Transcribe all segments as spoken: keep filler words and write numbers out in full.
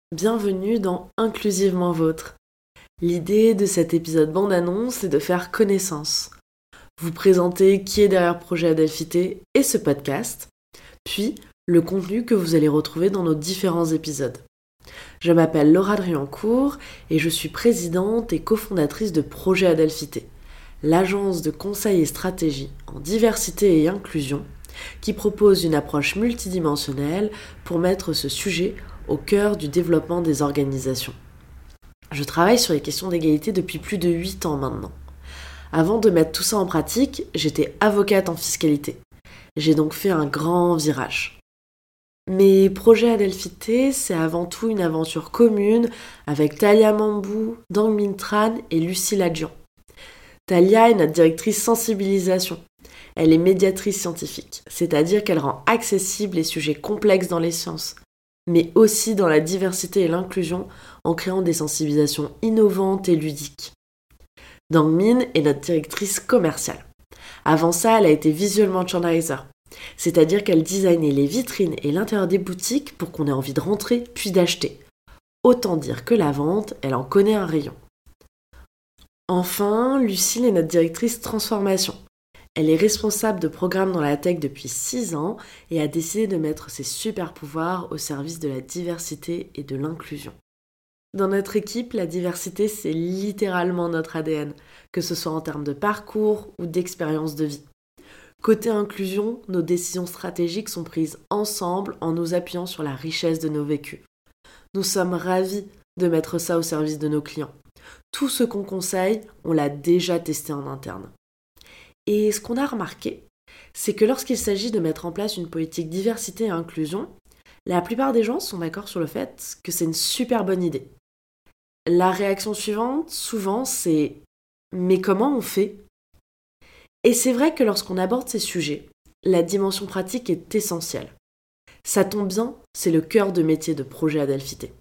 Bienvenue dans Inclusivement Vôtre. L'idée de cet épisode bande-annonce est de faire connaissance, vous présenter qui est derrière Projet Adelphité et ce podcast, puis le contenu que vous allez retrouver dans nos différents épisodes. Je m'appelle Laura Driancourt et je suis présidente et cofondatrice de Projet Adelphité, l'agence de conseil et stratégie en diversité et inclusion qui propose une approche multidimensionnelle pour mettre ce sujet au cœur du développement des organisations. Je travaille sur les questions d'égalité depuis plus de huit ans maintenant. Avant de mettre tout ça en pratique, j'étais avocate en fiscalité. J'ai donc fait un grand virage. Mes projets Adelphité, c'est avant tout une aventure commune avec Talia Mambou, Dangmin Tran et Lucie Ladjian. Talia est notre directrice sensibilisation. Elle est médiatrice scientifique, c'est-à-dire qu'elle rend accessibles les sujets complexes dans les sciences, mais aussi dans la diversité et l'inclusion en créant des sensibilisations innovantes et ludiques. Dangmin est notre directrice commerciale. Avant ça, elle a été visual merchandiser, c'est-à-dire qu'elle designait les vitrines et l'intérieur des boutiques pour qu'on ait envie de rentrer puis d'acheter. Autant dire que la vente, elle en connaît un rayon. Enfin, Lucille est notre directrice transformation. Elle est responsable de programmes dans la tech depuis six ans et a décidé de mettre ses super pouvoirs au service de la diversité et de l'inclusion. Dans notre équipe, la diversité, c'est littéralement notre A D N, que ce soit en termes de parcours ou d'expérience de vie. Côté inclusion, nos décisions stratégiques sont prises ensemble en nous appuyant sur la richesse de nos vécus. Nous sommes ravis de mettre ça au service de nos clients. Tout ce qu'on conseille, on l'a déjà testé en interne. Et ce qu'on a remarqué, c'est que lorsqu'il s'agit de mettre en place une politique diversité et inclusion, la plupart des gens sont d'accord sur le fait que c'est une super bonne idée. La réaction suivante, souvent, c'est « mais comment on fait ?» Et c'est vrai que lorsqu'on aborde ces sujets, la dimension pratique est essentielle. Ça tombe bien, c'est le cœur de métier de Projet Adelphité.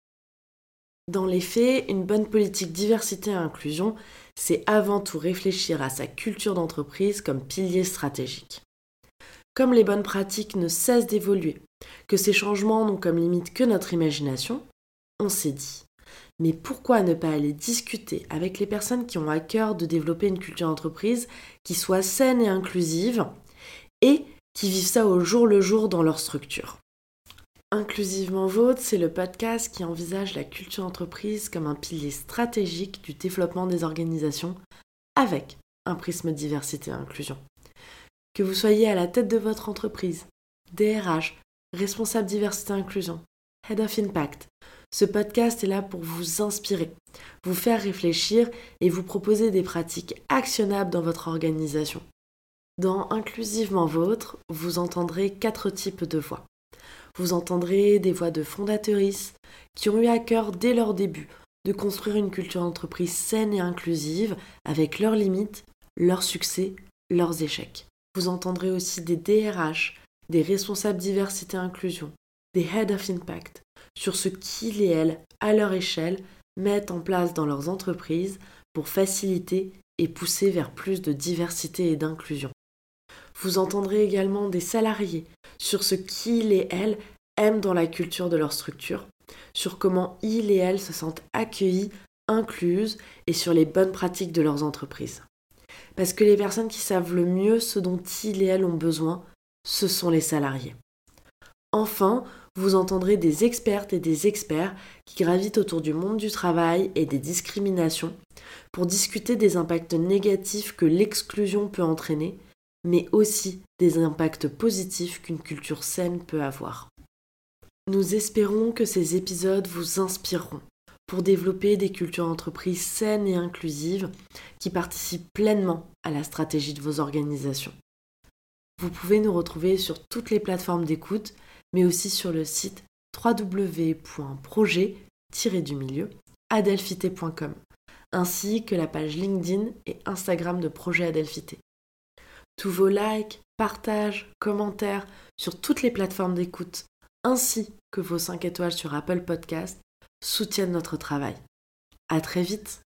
Dans les faits, une bonne politique diversité et inclusion, c'est avant tout réfléchir à sa culture d'entreprise comme pilier stratégique. Comme les bonnes pratiques ne cessent d'évoluer, que ces changements n'ont comme limite que notre imagination, on s'est dit, mais pourquoi ne pas aller discuter avec les personnes qui ont à cœur de développer une culture d'entreprise qui soit saine et inclusive et qui vivent ça au jour le jour dans leur structure. Inclusivement Vôtre, c'est le podcast qui envisage la culture d'entreprise comme un pilier stratégique du développement des organisations avec un prisme diversité et inclusion. Que vous soyez à la tête de votre entreprise, D R H, responsable diversité et inclusion, Head of Impact, ce podcast est là pour vous inspirer, vous faire réfléchir et vous proposer des pratiques actionnables dans votre organisation. Dans Inclusivement Vôtre, vous entendrez quatre types de voix. Vous entendrez des voix de fondatrices qui ont eu à cœur dès leur début de construire une culture d'entreprise saine et inclusive avec leurs limites, leurs succès, leurs échecs. Vous entendrez aussi des D R H, des responsables diversité et inclusion, des Head of Impact, sur ce qu'ils et elles, à leur échelle, mettent en place dans leurs entreprises pour faciliter et pousser vers plus de diversité et d'inclusion. Vous entendrez également des salariés sur ce qu'ils et elles aiment dans la culture de leur structure, sur comment ils et elles se sentent accueillis, incluses et sur les bonnes pratiques de leurs entreprises. Parce que les personnes qui savent le mieux ce dont ils et elles ont besoin, ce sont les salariés. Enfin, vous entendrez des expertes et des experts qui gravitent autour du monde du travail et des discriminations pour discuter des impacts négatifs que l'exclusion peut entraîner, mais aussi des impacts positifs qu'une culture saine peut avoir. Nous espérons que ces épisodes vous inspireront pour développer des cultures d'entreprise saines et inclusives qui participent pleinement à la stratégie de vos organisations. Vous pouvez nous retrouver sur toutes les plateformes d'écoute, mais aussi sur le site w w w point projet tiret du milieu adelphité point com, ainsi que la page LinkedIn et Instagram de Projet Adelphité. Tous vos likes, partages, commentaires sur toutes les plateformes d'écoute, ainsi que vos cinq étoiles sur Apple Podcast, soutiennent notre travail. À très vite!